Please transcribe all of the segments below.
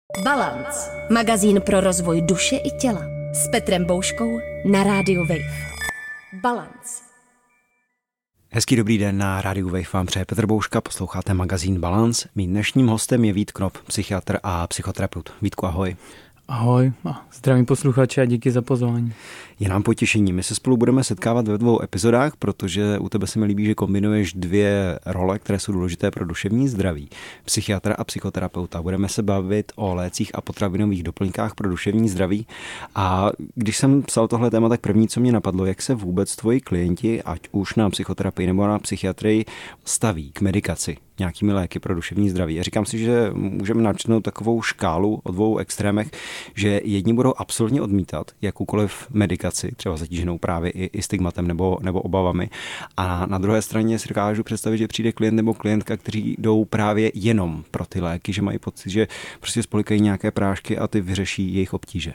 Balance. Magazín pro rozvoj duše i těla. S Petrem Bouškou na rádiu Wave. Balance. Hezký dobrý den, na rádiu Wave vám přeje Petr Bouška, posloucháte magazín Balance. Mým dnešním hostem je Vít Knop, psychiatr a psychoterapeut. Vítku, ahoj. Ahoj a zdravím posluchače a díky za pozvání. Je nám potěšení. My se spolu budeme setkávat ve 2 epizodách, protože u tebe se mi líbí, že kombinuješ 2 role, které jsou důležité pro duševní zdraví. Psychiatra a psychoterapeuta. Budeme se bavit o lécích a potravinových doplňkách pro duševní zdraví. A když jsem psal tohle téma, tak první, co mě napadlo, jak se vůbec tvoji klienti, ať už na psychoterapii nebo na psychiatrii, staví k medikaci nějakými léky pro duševní zdraví. A říkám si, že můžeme načnout takovou škálu o 2 extrémech, že jedni budou absolutně odmítat jakoukoliv medikaci, třeba zatíženou právě i stigmatem nebo obavami. A na druhé straně si dokážu představit, že přijde klient nebo klientka, kteří jdou právě jenom pro ty léky, že mají pocit, že prostě spolikají nějaké prášky a ty vyřeší jejich obtíže.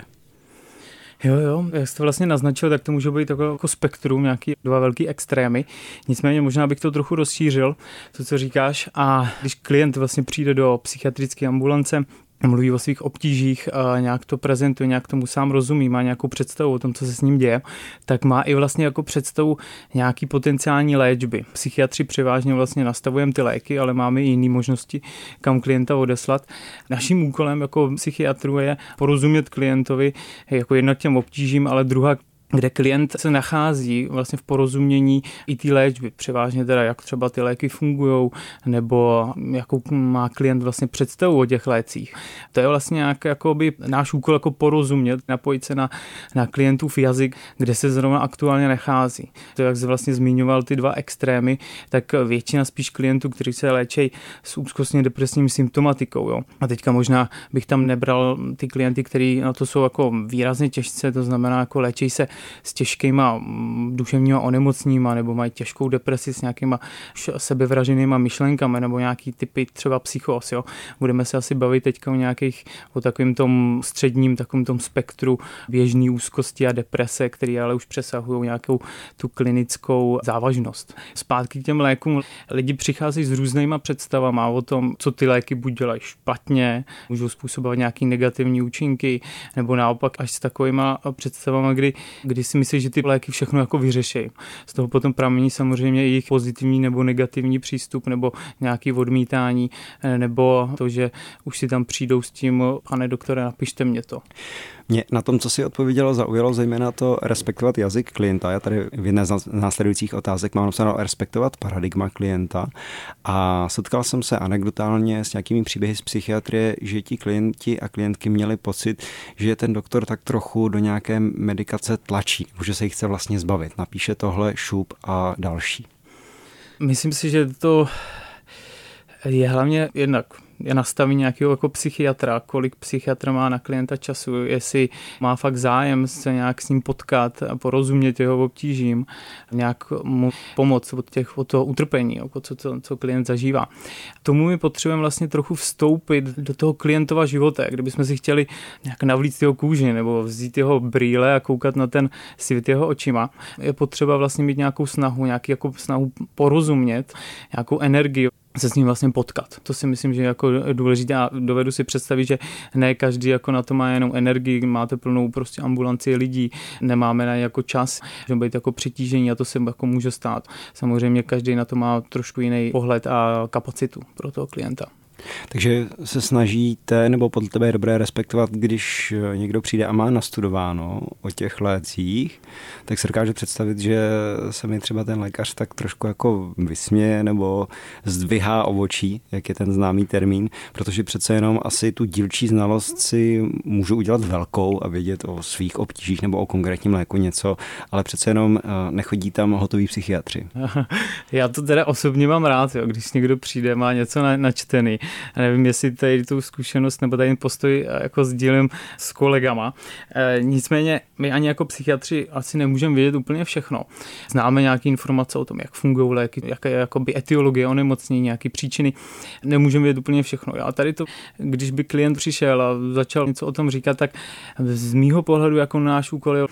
Jo, jak jste vlastně naznačil, tak to může být jako spektrum, nějaký 2 velký extrémy. Nicméně možná bych to trochu rozšířil, to, co říkáš. A když klient vlastně přijde do psychiatrické ambulance, mluví o svých obtížích, nějak to prezentuje, nějak tomu sám rozumí, má nějakou představu o tom, co se s ním děje, tak má i vlastně jako představu nějaký potenciální léčby. Psychiatři převážně vlastně nastavujeme ty léky, ale máme i jiné možnosti, kam klienta odeslat. Naším úkolem jako psychiatrů je porozumět klientovi jako jednak těm obtížím, ale druhá, kde klient se nachází vlastně v porozumění i té léčby. Převážně teda, jak třeba ty léky fungujou, nebo jakou má klient vlastně představu o těch lécích. To je vlastně nějak jakoby náš úkol jako porozumět, napojit se na klientův jazyk, kde se zrovna aktuálně nachází. To, jak jsi vlastně zmiňoval ty 2 extrémy, tak většina spíš klientů, kteří se léčí s úzkostně depresivní symptomatikou. Jo. A teďka možná bych tam nebral ty klienty, kteří na to jsou jako výrazně těžce, to znamená jako léčí se s těžkýma duševníma onemocníma nebo mají těžkou depresi s nějakýma sebevraženýma myšlenkami nebo nějaký typy třeba psychóz. Jo. Budeme se asi bavit teďka o takovém tom středním, takovém tom spektru běžný úzkosti a deprese, které ale už přesahují nějakou tu klinickou závažnost. Zpátky k těm lékům. Lidi přicházejí s různýma představama o tom, co ty léky buď dělají špatně, můžou způsobovat nějaké negativní účinky, nebo naopak až s takovýma představama, kdy si myslí, že ty léky všechno jako vyřeší. Z toho potom pramení samozřejmě jejich pozitivní nebo negativní přístup, nebo nějaký odmítání, nebo to, že už si tam přijdou s tím, pane doktore, napište mě to. Mě na tom, co si odpovědělo, zaujalo zejména to respektovat jazyk klienta. Já tady v jedné z následujících otázek mám napsáno respektovat paradigma klienta a setkal jsem se anekdotálně s nějakými příběhy z psychiatrie, že ti klienti a klientky měli pocit, že ten doktor tak trochu do nějaké medikace tlačí, že se jich chce vlastně zbavit. Napíše tohle, šup a další. Myslím si, že to je hlavně jednak je nastavení nějakého jako psychiatra, kolik psychiatr má na klienta času, jestli má fakt zájem se nějak s ním potkat a porozumět jeho obtížím, nějak mu pomoct od toho utrpení, jako co klient zažívá. Tomu my potřebujeme vlastně trochu vstoupit do toho klientova života, kdybychom si chtěli nějak navlíct jeho kůži nebo vzít jeho brýle a koukat na ten svět jeho očima. Je potřeba vlastně mít nějakou snahu, snahu porozumět, nějakou energii, se s ním vlastně potkat. To si myslím, že je jako důležité a dovedu si představit, že ne každý jako na to má jenom energii, máte plnou prostě ambulanci lidí, nemáme na jako čas, že být jako přitížení a to se jako může stát. Samozřejmě každý na to má trošku jiný pohled a kapacitu pro toho klienta. Takže se snažíte, nebo podle tebe je dobré respektovat, když někdo přijde a má nastudováno o těch lécích, tak se dokáže představit, že se mi třeba ten lékař tak trošku jako vysměje nebo zdvihá obočí, jak je ten známý termín, protože přece jenom asi tu dílčí znalost si můžu udělat velkou a vědět o svých obtížích nebo o konkrétním léku něco, ale přece jenom nechodí tam hotoví psychiatři. Já to teda osobně mám rád, jo, když někdo přijde, má něco načtený. Nevím, jestli tady tu zkušenost nebo tady postoj jako sdílím s kolegama. Nicméně my ani jako psychiatři asi nemůžeme vědět úplně všechno. Známe nějaké informace o tom, jak fungují léky, jaké je jakoby etiologie onemocnění, nějaké příčiny. Nemůžeme vědět úplně všechno. A tady to, když by klient přišel a začal něco o tom říkat, tak z mýho pohledu jako náš úkol je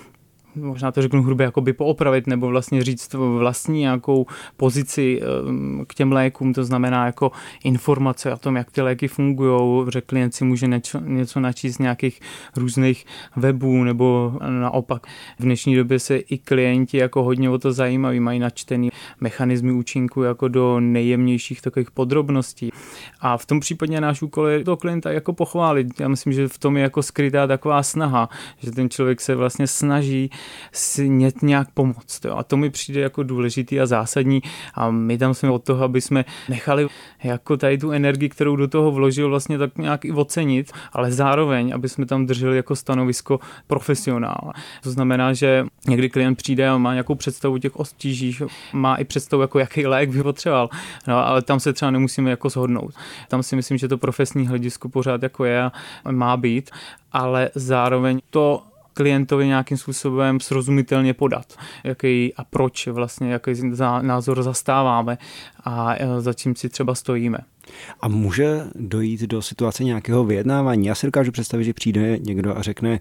možná to řeknu hrubě, jakoby poopravit nebo vlastně říct vlastní nějakou pozici k těm lékům, to znamená jako informace o tom, jak ty léky fungují, že klient si může něco načíst z nějakých různých webů, nebo naopak v dnešní době se i klienti jako hodně o to zajímaví, mají načtený mechanismy účinku jako do nejjemnějších takových podrobností. A v tom případě náš úkol je toho klienta jako pochválit. Já myslím, že v tom je jako skrytá taková snaha, že ten člověk se vlastně snaží si nějak pomoct. Jo. A to mi přijde jako důležitý a zásadní a my tam jsme od toho, aby jsme nechali jako tady tu energii, kterou do toho vložil, vlastně tak nějak i ocenit, ale zároveň, aby jsme tam drželi jako stanovisko profesionála. To znamená, že někdy klient přijde a má nějakou představu těch obtížích, má i představu, jako jaký lék by potřeboval, no, ale tam se třeba nemusíme jako shodnout. Tam si myslím, že to profesní hledisko pořád jako je a má být, ale zároveň to klientovi nějakým způsobem srozumitelně podat, jaký a proč vlastně, jaký názor zastáváme a za čím si třeba stojíme. A může dojít do situace nějakého vyjednávání? Já si dokážu představit, že přijde někdo a řekne,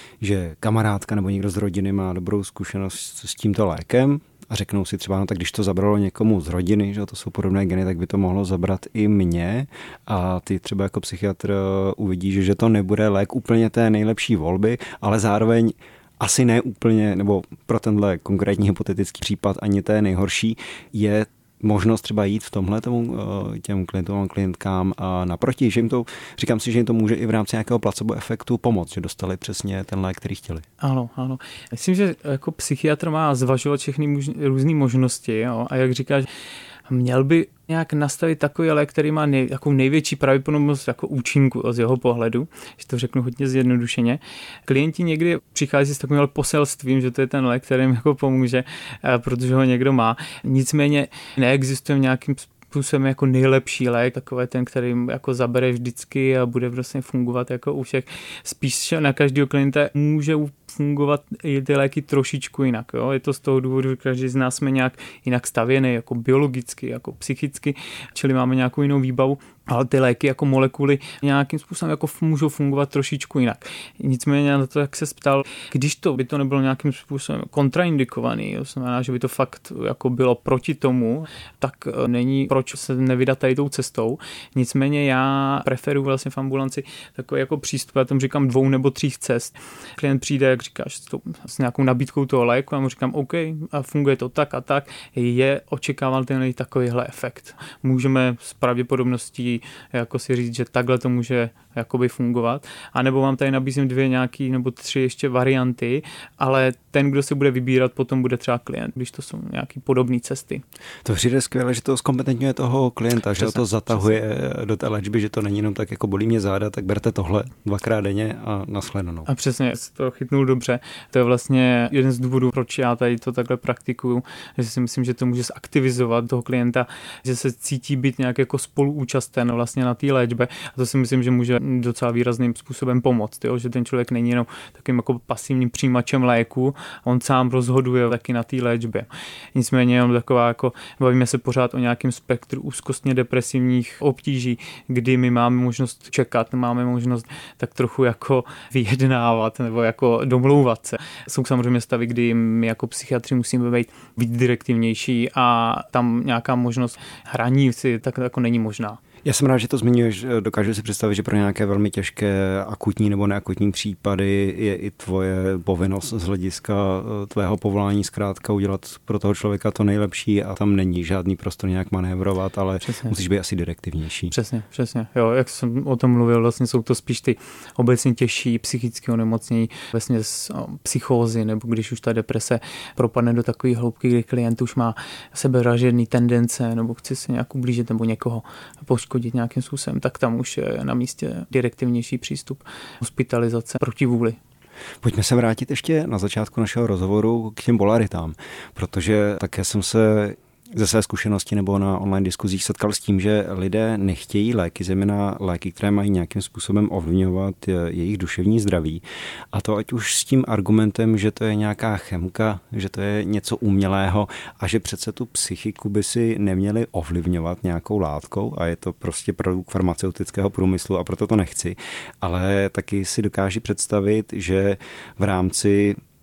že kamarádka nebo někdo z rodiny má dobrou zkušenost s tímto lékem a řeknou si třeba, no tak když to zabralo někomu z rodiny, že to jsou podobné geny, tak by to mohlo zabrat i mě a ty třeba jako psychiatr uvidíš, že to nebude lék úplně té nejlepší volby, ale zároveň asi ne úplně, nebo pro tenhle konkrétní hypotetický případ ani té nejhorší, je možnost třeba jít v tomhle tomu těm klientům a klientkám naproti, že jim to, říkám si, že jim to může i v rámci nějakého placebo efektu pomoct, že dostali přesně ten lék, který chtěli. Ano. Myslím, že jako psychiatr má zvažovat všechny různé možnosti, jo? A jak říkáš, měl by nějak nastavit takový lék, který má jako největší pravděpodobnost jako účinku z jeho pohledu, že to řeknu hodně zjednodušeně. Klienti někdy přichází s takovým poselstvím, že to je ten lék, který jim jako pomůže, protože ho někdo má. Nicméně neexistuje nějakým způsobem jako nejlepší lék, takový ten, který jako zabere vždycky a bude vlastně fungovat jako u všech. Spíš na každého klienta může fungovat i ty léky trošičku jinak. Jo? Je to z toho důvodu, že každý z nás jsme nějak jinak stavěný, jako biologicky, jako psychicky, čili máme nějakou jinou výbavu, ale ty léky jako molekuly nějakým způsobem jako můžou fungovat trošičku jinak. Nicméně na to, jak se ptal, když to by to nebylo nějakým způsobem kontraindikovaný, to znamená, že by to fakt jako bylo proti tomu, tak není proč se nevydat tady tou cestou. Nicméně já preferuji vlastně v ambulanci takový jako přístup, já tomu říkám 2 nebo 3 cest. Klient přijde, jak říkáš, s nějakou nabídkou toho léku, já mu říkám, OK, a funguje to tak a tak, je očekávatelný takovýhle efekt. Můžeme s pravděpodobností jako si říct, že takhle to může jakoby fungovat, a nebo vám tady nabízím 2 nějaký nebo 3 ještě varianty, ale ten, kdo si bude vybírat, potom bude třeba klient, když to jsou nějaký podobné cesty. To přijde skvěle, že to zkompetentňuje toho klienta, přesně, že to zatahuje do té léčby, že to není jenom tak jako bolí mě záda, tak berte tohle 2krát denně a nashledanou. A přesně, jsi to chytnul dobře. To je vlastně jeden z důvodů, proč já tady to takhle praktikuju, že si myslím, že to může zaktivizovat toho klienta, že se cítí být nějak jako spoluúčasten vlastně na té léčbě, a to si myslím, že může docela výrazným způsobem pomoct, jo? Že ten člověk není jenom takým jako pasivním přijímačem léku, on sám rozhoduje taky na té léčbě. Nicméně jenom taková jako, bavíme se pořád o nějakém spektru úzkostně depresivních obtíží, kdy my máme možnost čekat, máme možnost tak trochu jako vyjednávat nebo jako domlouvat se. Jsou samozřejmě stavy, kdy my jako psychiatři musíme být direktivnější a tam nějaká možnost hraní si tak jako není možná. Já jsem rád, že to zmiňuješ. Dokážu si představit, že pro nějaké velmi těžké akutní nebo neakutní případy je i tvoje povinnost z hlediska tvého povolání zkrátka udělat pro toho člověka to nejlepší a tam není žádný prostor nějak manévrovat, ale přesně, musíš být asi direktivnější. Přesně. Jo, jak jsem o tom mluvil, vlastně jsou to spíš ty obecně těžší psychické onemocnění, vlastně psychózy, nebo když už ta deprese propadne do takové hloubky, kdy klient už má sebevražedné tendence nebo chce se nějak ublížit nebo někoho poškodit nějakým způsobem, tak tam už je na místě direktivnější přístup, hospitalizace proti vůli. Pojďme se vrátit ještě na začátku našeho rozhovoru k těm polaritám, protože také jsem se ze své zkušenosti nebo na online diskuzích setkal s tím, že lidé nechtějí léky, zejména léky, které mají nějakým způsobem ovlivňovat jejich duševní zdraví. A to ať už s tím argumentem, že to je nějaká chemika, že to je něco umělého a že přece tu psychiku by si neměli ovlivňovat nějakou látkou a je to prostě produkt farmaceutického průmyslu a proto to nechci. Ale taky si dokážu představit, že v rámci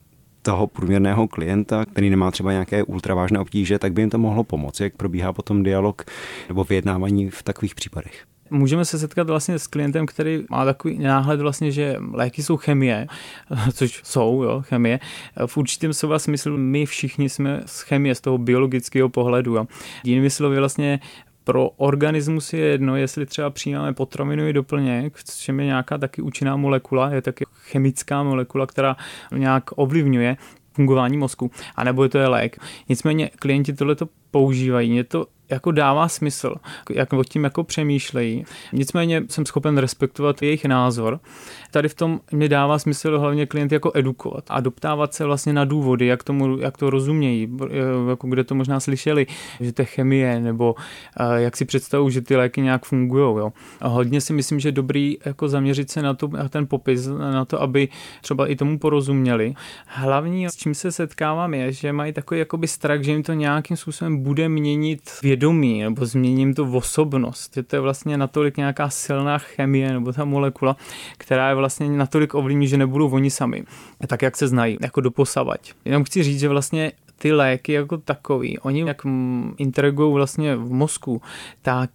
toho průměrného klienta, který nemá třeba nějaké ultravážné obtíže, tak by jim to mohlo pomoci. Jak probíhá potom dialog nebo vyjednávání v takových případech? Můžeme se setkat vlastně s klientem, který má takový náhled vlastně, že léky jsou chemie, což jsou, jo, chemie. V určitém slova smyslu my všichni jsme z chemie, z toho biologického pohledu. Jo. Jinými slovy vlastně pro organismus je jedno, jestli třeba přijímáme potravinový doplněk, v čem je nějaká taky účinná molekula, je taky chemická molekula, která nějak ovlivňuje fungování mozku, anebo je to lék. Nicméně klienti tohleto používají, mě to jako dává smysl, jak o tím jako přemýšlejí. Nicméně jsem schopen respektovat jejich názor. Tady v tom mě dává smysl hlavně klient jako edukovat a doptávat se vlastně na důvody, jak to rozumějí, jako kde to možná slyšeli, že to je chemie, nebo jak si představují, že ty léky nějak fungují. A hodně si myslím, že je dobrý jako zaměřit se na ten popis, na to, aby třeba i tomu porozuměli. Hlavní, s čím se setkávám, je, že mají takový jakoby strach, že jim to nějakým způsobem bude měnit vědomí, nebo změním to osobnost. Že to je vlastně natolik nějaká silná chemie, nebo ta molekula, která je vlastně natolik ovlivní, že nebudou oni sami. Tak, jak se znají, jako doposavať. Jenom chci říct, že vlastně ty léky jako takový, oni jak interagují vlastně v mozku, tak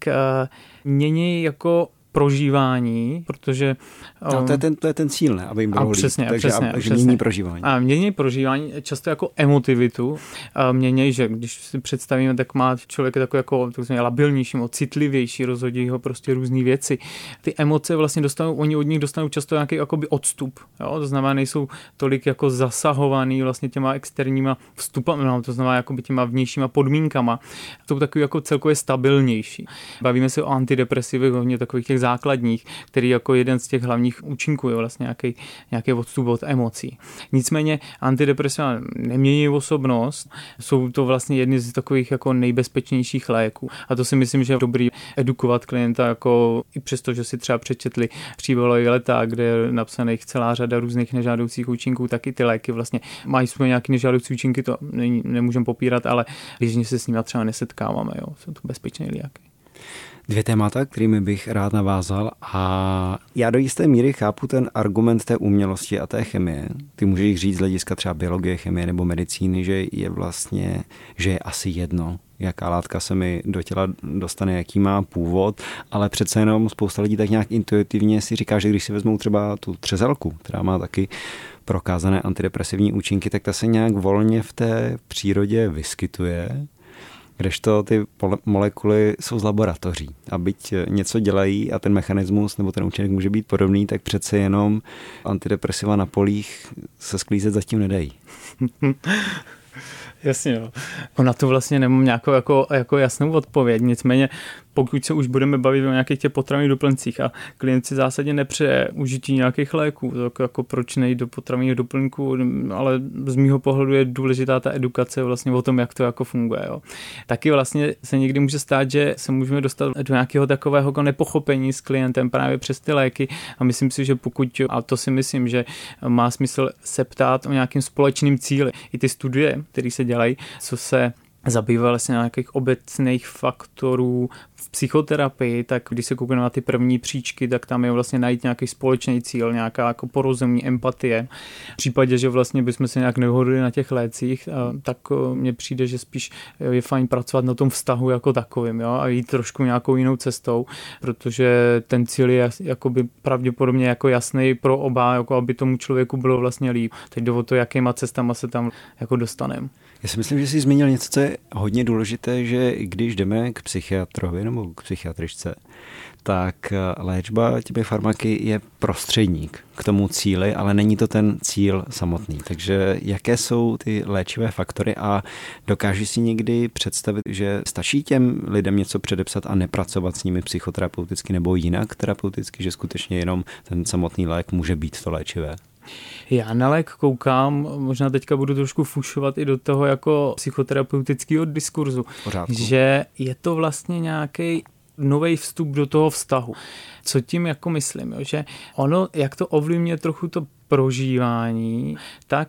mění jako prožívání, protože... To je ten cíl, ne? Aby jim bylo líp. Přesně. Mění prožívání. A mění prožívání často jako emotivitu. Mění, že když si představíme, tak má člověk takový jako labilnější, citlivější, rozhodí ho prostě různý věci. Ty emoce vlastně oni od nich dostanou často nějaký jakoby odstup. Jo? To znamená, nejsou tolik jako zasahovaný vlastně těma externíma vstupami, to znamená jakoby těma vnějšíma podmínkama. Jsou takový jako celkově stabilnější. Bavíme se o antidepresivech, hodně takových těch základních, který jako jeden z těch hlavních účinků je vlastně nějaký odstup od emocí. Nicméně antidepresiva nemění osobnost, jsou to vlastně jedny z takových jako nejbezpečnějších léků. A to si myslím, že je dobrý edukovat klienta, jako i přesto, že si třeba přečetli příběhové leta, kde je napsaných celá řada různých nežádoucích účinků, tak i ty léky vlastně mají svoje nějaké nežádoucí účinky, to nemůžeme popírat, ale když se s nimi třeba nesetkáváme, jo, jsou to bezpečné léky. 2 témata, kterými bych rád navázal, a já do jisté míry chápu ten argument té umělosti a té chemie. Ty můžeš říct z hlediska třeba biologie, chemie nebo medicíny, že je asi jedno, jaká látka se mi do těla dostane, jaký má původ, ale přece jenom spousta lidí tak nějak intuitivně si říká, že když si vezmou třeba tu třezelku, která má taky prokázané antidepresivní účinky, tak ta se nějak volně v té přírodě vyskytuje, kdežto ty molekuly jsou z laboratoří. A byť něco dělají a ten mechanismus nebo ten účinek může být podobný, tak přece jenom antidepresiva na polích se sklízet zatím nedají. Jasně, jo. Na to vlastně nemám nějakou jako jasnou odpověď, nicméně pokud se už budeme bavit o nějakých těch potravinových doplňcích a klient si zásadně nepřeje užití nějakých léků, tak jako proč nejít do potravinových doplňků, ale z mýho pohledu je důležitá ta edukace vlastně o tom, jak to jako funguje. Jo. Taky vlastně se někdy může stát, že se můžeme dostat do nějakého takového jako nepochopení s klientem právě přes ty léky a myslím si, že a to si myslím, že má smysl se ptát o nějakým společným cíli. I ty studie, které se dělají, co se zabývá vlastně nějakých obecných faktorů v psychoterapii, tak když se koukne na ty první příčky, tak tam je vlastně najít nějaký společný cíl, nějaká jako porozumění, empatie. V případě, že vlastně bychom se nějak nehodli na těch lécích, tak mně přijde, že spíš je fajn pracovat na tom vztahu jako takovým, jo, a jít trošku nějakou jinou cestou, protože ten cíl je jakoby pravděpodobně jako jasný pro oba, jako aby tomu člověku bylo vlastně líp. Teď jde o to, jakýma cestama se tam jako dostaneme. Já si myslím, že jsi zmínil něco, co je hodně důležité, že když jdeme k psychiatrovi nebo k psychiatričce, tak léčba těmi farmaky je prostředník k tomu cíli, ale není to ten cíl samotný. Takže jaké jsou ty léčivé faktory a dokážeš si někdy představit, že stačí těm lidem něco předepsat a nepracovat s nimi psychoterapeuticky nebo jinak terapeuticky, že skutečně jenom ten samotný lék může být to léčivé? Já na lék koukám, možná teďka budu trošku fušovat i do toho jako psychoterapeutického diskurzu, že je to vlastně nějaký nový vstup do toho vztahu. Co tím jako myslím, že ono, jak to ovlivňuje trochu to prožívání, tak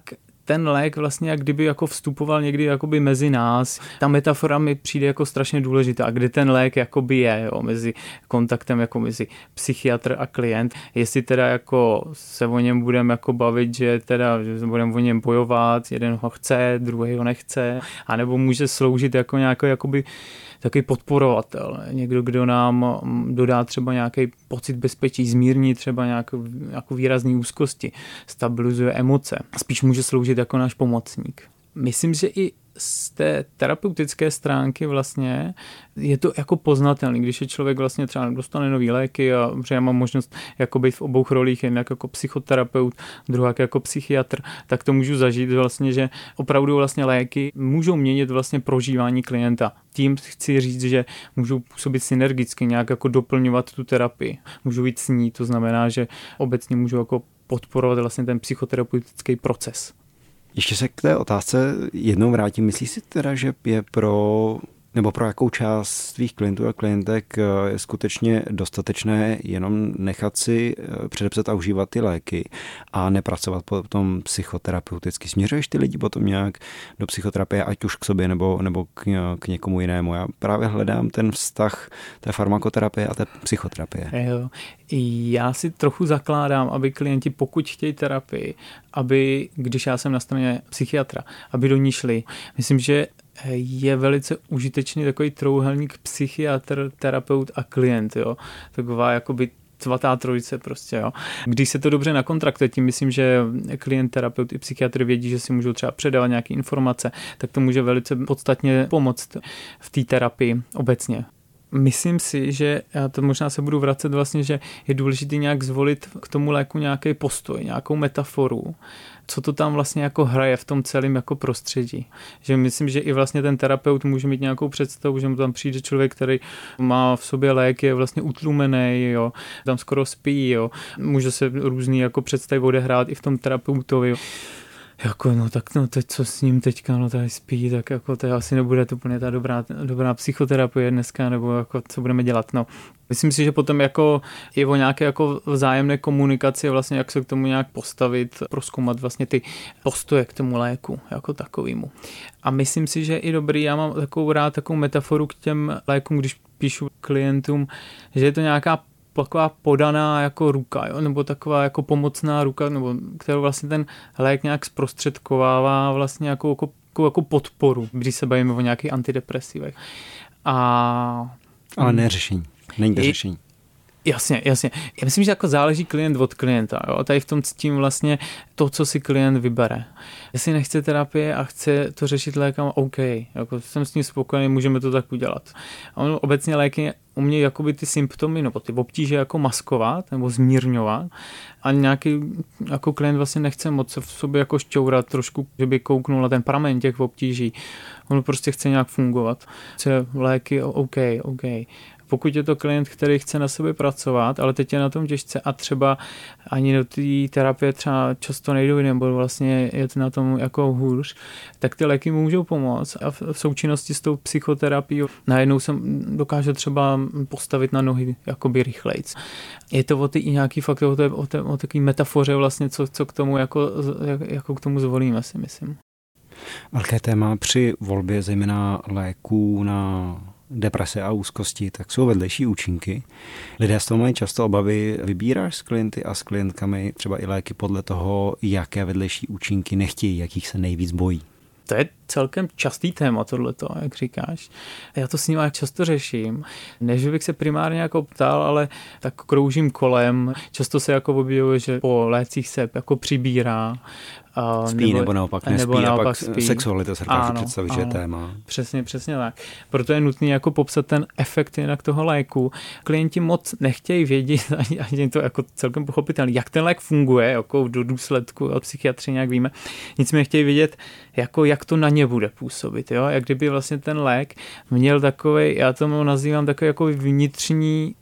ten lék vlastně jak kdyby jako vstupoval někdy jakoby mezi nás. Ta metafora mi přijde jako strašně důležitá, kde ten lék jakoby je, jo, mezi kontaktem jako mezi psychiatr a klient. Jestli teda jako se o něm budeme jako bavit, že budeme o něm bojovat, jeden ho chce, druhý ho nechce, anebo může sloužit jako nějaký jakoby takový podporovatel, někdo, kdo nám dodá třeba nějaký pocit bezpečí, zmírní třeba nějakou výrazný úzkosti, stabilizuje emoce. Spíš může sloužit jako náš pomocník. Myslím, že i z té terapeutické stránky vlastně je to jako poznatelný, když je člověk vlastně třeba dostane nový léky a že já mám možnost jako být v obou rolích, jednak jako psychoterapeut, druhá jako psychiatr, tak to můžu zažít vlastně, že opravdu vlastně léky můžou měnit vlastně prožívání klienta. Tím chci říct, že můžou působit synergicky, nějak jako doplňovat tu terapii. Můžou jít s ní, to znamená, že obecně můžou jako podporovat vlastně ten psychoterapeutický proces. Ještě se k té otázce jednou vrátím. Myslíš si teda, že je pro jakou část tvých klientů a klientek je skutečně dostatečné jenom nechat si předepsat a užívat ty léky a nepracovat potom psychoterapeuticky? Směřuješ ty lidi potom nějak do psychoterapie, ať už k sobě nebo k někomu jinému? Já právě hledám ten vztah té farmakoterapie a té psychoterapie. Jo. Já si trochu zakládám, aby klienti, pokud chtějí terapii, aby, když já jsem na straně psychiatra, aby do ní šli. Myslím, že je velice užitečný takový trouhelník psychiatr, terapeut a klient, jo. Taková jakoby svatá trojice prostě, jo. Když se to dobře nakontraktuje, tím myslím, že klient, terapeut i psychiatr vědí, že si můžou třeba předávat nějaké informace, tak to může velice podstatně pomoct v té terapii obecně. Myslím si, že já to možná se budu vracet vlastně, že je důležité nějak zvolit k tomu léku nějaký postoj, nějakou metaforu, co to tam vlastně jako hraje v tom celém jako prostředí. Že myslím, že i vlastně ten terapeut může mít nějakou představu, že mu tam přijde člověk, který má v sobě lék, je vlastně utlumený, jo, tam skoro spí, jo. Může se různý jako představy odehrát i v tom terapeutovi, jo. Jako, no tak no teď co s ním teďka, no tady spí, tak jako to asi nebude to úplně ta dobrá psychoterapie dneska, nebo jako co budeme dělat, no. Myslím si, že potom jako je o nějaké jako vzájemné komunikaci, vlastně jak se k tomu nějak postavit, prozkoumat vlastně ty postoje k tomu léku jako takovému. A myslím si, že i dobrý, já mám takovou metaforu k těm lékům, když píšu klientům, že je to nějaká taková podaná jako ruka, jo? Nebo taková jako pomocná ruka, nebo kterou vlastně ten lék nějak zprostředkovává vlastně jako podporu, když se bavíme o nějakých antidepresivech. Ale ne řešení. Není to řešení. Jasně. Já myslím, že jako záleží klient od klienta. Jo? Tady v tom cítím vlastně to, co si klient vybere. Jestli nechce terapie a chce to řešit lékem, OK, jako jsem s ním spokojený, můžeme to tak udělat. A obecně léky umějí jakoby ty symptomy nebo ty obtíže jako maskovat nebo zmírňovat a nějaký jako klient vlastně nechce moc se v sobě jako šťourat trošku, že by kouknul na ten pramen těch obtíží. On prostě chce nějak fungovat. Chce léky, OK. Pokud je to klient, který chce na sobě pracovat, ale teď je na tom těžce a třeba ani do té terapie třeba často nejdou, nebo vlastně je to na tom jako hůř, tak ty léky můžou pomoct a v součinnosti s tou psychoterapií najednou se dokáže třeba postavit na nohy jakoby rychlejc. Je to o ty nějaký fakt o takové metafoře vlastně, co k tomu jako k tomu zvolíme, si myslím. Velké téma při volbě zejména léků na deprese a úzkosti, tak jsou vedlejší účinky. Lidé z toho mají často obavy. Vybíráš s klienty a s klientkami třeba i léky podle toho, jaké vedlejší účinky nechtějí, jakých se nejvíc bojí? To je celkem častý téma tohleto, jak říkáš. Já to s nimi často řeším. Ne, že bych se primárně jako ptal, ale tak kroužím kolem. Často se jako objevuje, že po lécích se jako přibírá. Spí nebo naopak nespí. Nebo naopak a pak spí. Sexualita se dokáže představit, že je téma. Přesně tak. Proto je nutné jako popsat ten efekt jinak toho léku. Klienti moc nechtějí vědět, ani je to jako celkem pochopitelné, jak ten lék funguje, jako do důsledku od psychiatry nějak víme. Nicméně chtějí vědět, jako jak to na ně bude působit. Jo? Jak kdyby vlastně ten lék měl takový, já tomu nazývám takový jako vnitřní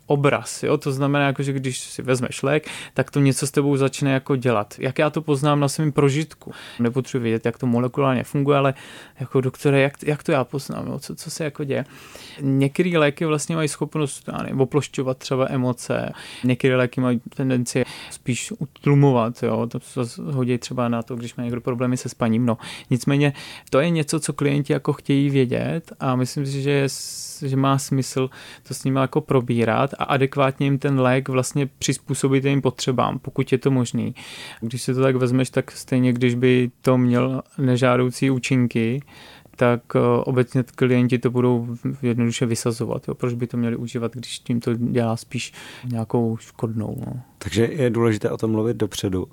obraz, jo? To znamená, jako, že když si vezmeš lék, tak to něco s tebou začne jako dělat. Jak já to poznám na svém prožitku. Nepotřebuji vědět, jak to molekulárně funguje, ale jako doktore, jak to já poznám, jo? Co se jako děje. Některé léky vlastně mají schopnost oplošťovat třeba emoce, některé léky mají tendenci spíš utlumovat, jo? To se hodí třeba na to, když má někdo problémy se spaním. No. Nicméně to je něco, co klienti jako chtějí vědět a myslím si, že má smysl to s nimi jako probírat a adekvátně jim ten lék vlastně přizpůsobit jejím potřebám, pokud je to možný. Když si to tak vezmeš, tak stejně, když by to měl nežádoucí účinky, tak obecně klienti to budou jednoduše vysazovat. Jo? Proč by to měli užívat, když tím to dělá spíš nějakou škodnou. No. Takže je důležité o tom mluvit dopředu.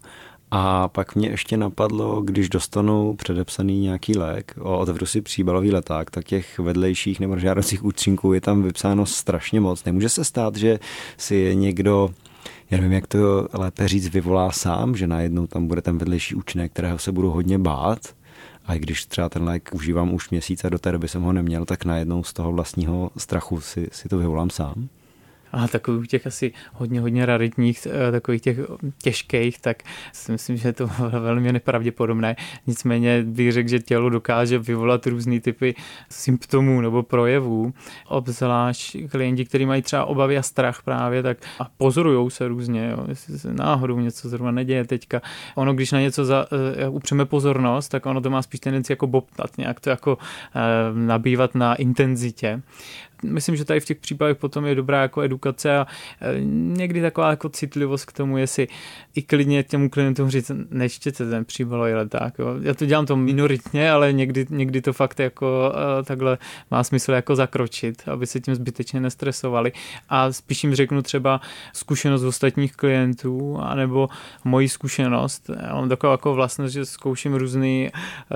A pak mě ještě napadlo, když dostanu předepsaný nějaký lék, otevřu si příbalový leták, tak těch vedlejších nebo žádoucích účinků je tam vypsáno strašně moc. Nemůže se stát, že si někdo, já nevím, jak to lépe říct, vyvolá sám, že najednou tam bude ten vedlejší účinek, kterého se budu hodně bát. A když třeba ten lék užívám už měsíc a do té doby jsem ho neměl, tak najednou z toho vlastního strachu si to vyvolám sám. A takových těch asi hodně raritních, takových těch těžkých, tak si myslím, že je to velmi nepravděpodobné. Nicméně bych řekl, že tělo dokáže vyvolat různý typy symptomů nebo projevů. Obzvlášť klienti, kteří mají třeba obavy a strach právě, tak a pozorujou se různě, jo, jestli se náhodou něco zrovna neděje teďka. Ono, když na něco upřeme pozornost, tak ono to má spíš tendenci jako bobtat, nějak to jako nabývat na intenzitě. Myslím, že tady v těch případech potom je dobrá jako edukace a někdy taková jako citlivost k tomu, jestli i klidně těmu klientům říct, nečtěte ten příbalový leták. Jo. Já to dělám to minoritně, ale někdy to fakt jako takhle má smysl jako zakročit, aby se tím zbytečně nestresovali. A spíš jim řeknu třeba zkušenost ostatních klientů, anebo moji zkušenost. Já mám takovou jako vlastnost, že zkouším různý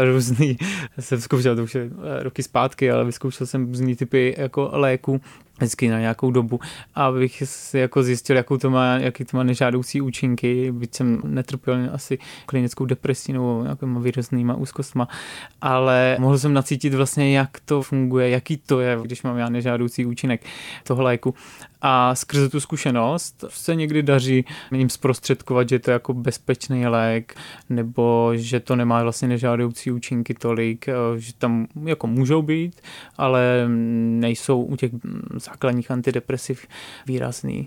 jsem zkoušel to už roky zpátky, ale vyzkoušel jsem různý typy jako léku vždycky na nějakou dobu, abych si jako zjistil, jaký to má nežádoucí účinky, byť jsem netrpěl asi klinickou depresí nebo nějakýma výraznýma úzkostma, ale mohl jsem nacítit vlastně, jak to funguje, jaký to je, když mám já nežádoucí účinek toho léku. A skrze tu zkušenost se někdy daří jim zprostředkovat, že to je jako bezpečný lék, nebo že to nemá vlastně nežádoucí účinky tolik, že tam jako můžou být, ale nejsou u těch základních antidepresiv výrazný.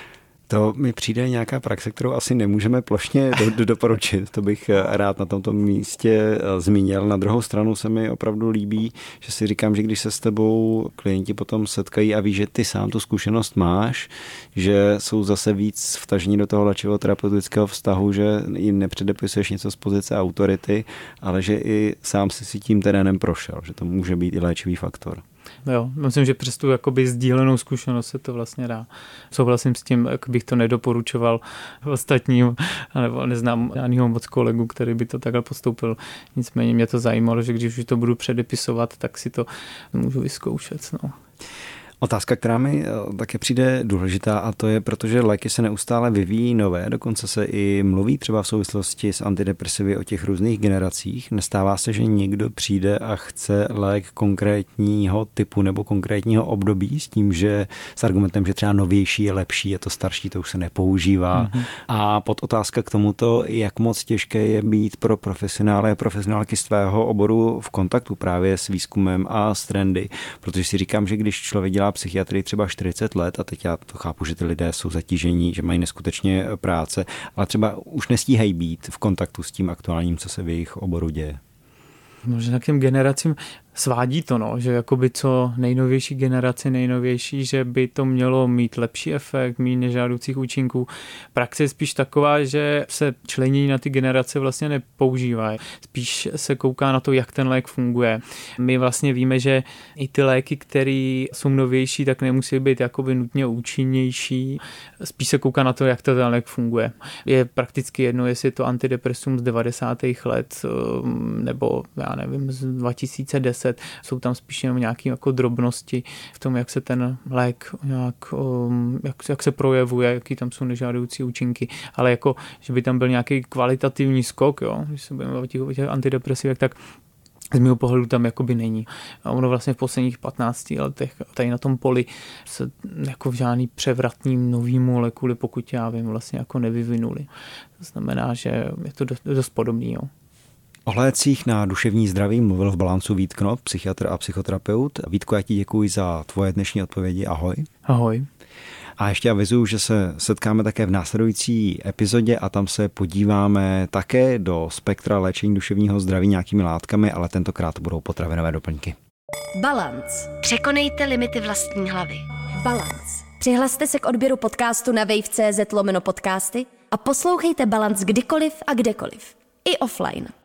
To mi přijde nějaká praxe, kterou asi nemůžeme plošně doporučit. To bych rád na tomto místě zmínil. Na druhou stranu se mi opravdu líbí, že si říkám, že když se s tebou klienti potom setkají a ví, že ty sám tu zkušenost máš, že jsou zase víc vtažení do toho léčivého terapeutického vztahu, že jim nepředepisuješ něco z pozice autority, ale že i sám si tím terénem prošel, že to může být i léčivý faktor. Jo, myslím, že přes tu jakoby sdílenou zkušenost se to vlastně dá. Souhlasím s tím, jak bych to nedoporučoval ostatním, nebo neznám žádnýho moc kolegu, který by to takhle postoupil. Nicméně mě to zajímalo, že když už to budu předepisovat, tak si to můžu vyzkoušet. No. Otázka, která mi také přijde důležitá, a to je, protože léky se neustále vyvíjí nové, dokonce se i mluví třeba v souvislosti s antidepresivy o těch různých generacích. Nestává se, že někdo přijde a chce lék konkrétního typu nebo konkrétního období s tím, že s argumentem, že třeba novější je lepší, je to starší, to už se nepoužívá. Mm-hmm. A podotázka k tomuto, jak moc těžké je být pro profesionály a profesionálky z tvého oboru v kontaktu právě s výzkumem a s trendy, protože si říkám, že když člověk dělá psychiatrii třeba 40 let a teď já to chápu, že ty lidé jsou zatížení, že mají neskutečně práce, ale třeba už nestíhají být v kontaktu s tím aktuálním, co se v jejich oboru děje. Možná k těm generacím svádí to, no, že jakoby co nejnovější generace, nejnovější, že by to mělo mít lepší efekt, mít nežádoucích účinků. Praxe je spíš taková, že se členění na ty generace vlastně nepoužívá. Spíš se kouká na to, jak ten lék funguje. My vlastně víme, že i ty léky, které jsou novější, tak nemusí být jakoby nutně účinnější. Spíš se kouká na to, jak ten lék funguje. Je prakticky jedno, jestli je to antidepresum z 90. let nebo já nevím, z 2010. Jsou tam spíš jenom nějaké jako drobnosti v tom, jak se ten lék jak se projevuje, jaký tam jsou nežádoucí účinky, ale jako, že by tam byl nějaký kvalitativní skok, jo, když se budeme bavit o těch antidepresivech, tak Z mého pohledu tam jakoby není. A ono vlastně v posledních 15 letech tady na tom poli se jako v žádný převratný nový molekuly, pokud já vím, vlastně jako nevyvinuli. To znamená, že je to dost podobný. Jo. O lécích na duševní zdraví mluvil v Balancu Vít Knop, psychiatr a psychoterapeut. Vítku, já ti děkuji za tvoje dnešní odpovědi. Ahoj. Ahoj. A ještě avizuju, že se setkáme také v následující epizodě a tam se podíváme také do spektra léčení duševního zdraví nějakými látkami, ale tentokrát budou potravinové doplňky. Balance. Překonejte limity vlastní hlavy. Balance. Přihlaste se k odběru podcastu na wave.cz/podcasty a poslouchejte Balance kdykoliv a kdekoliv. I offline.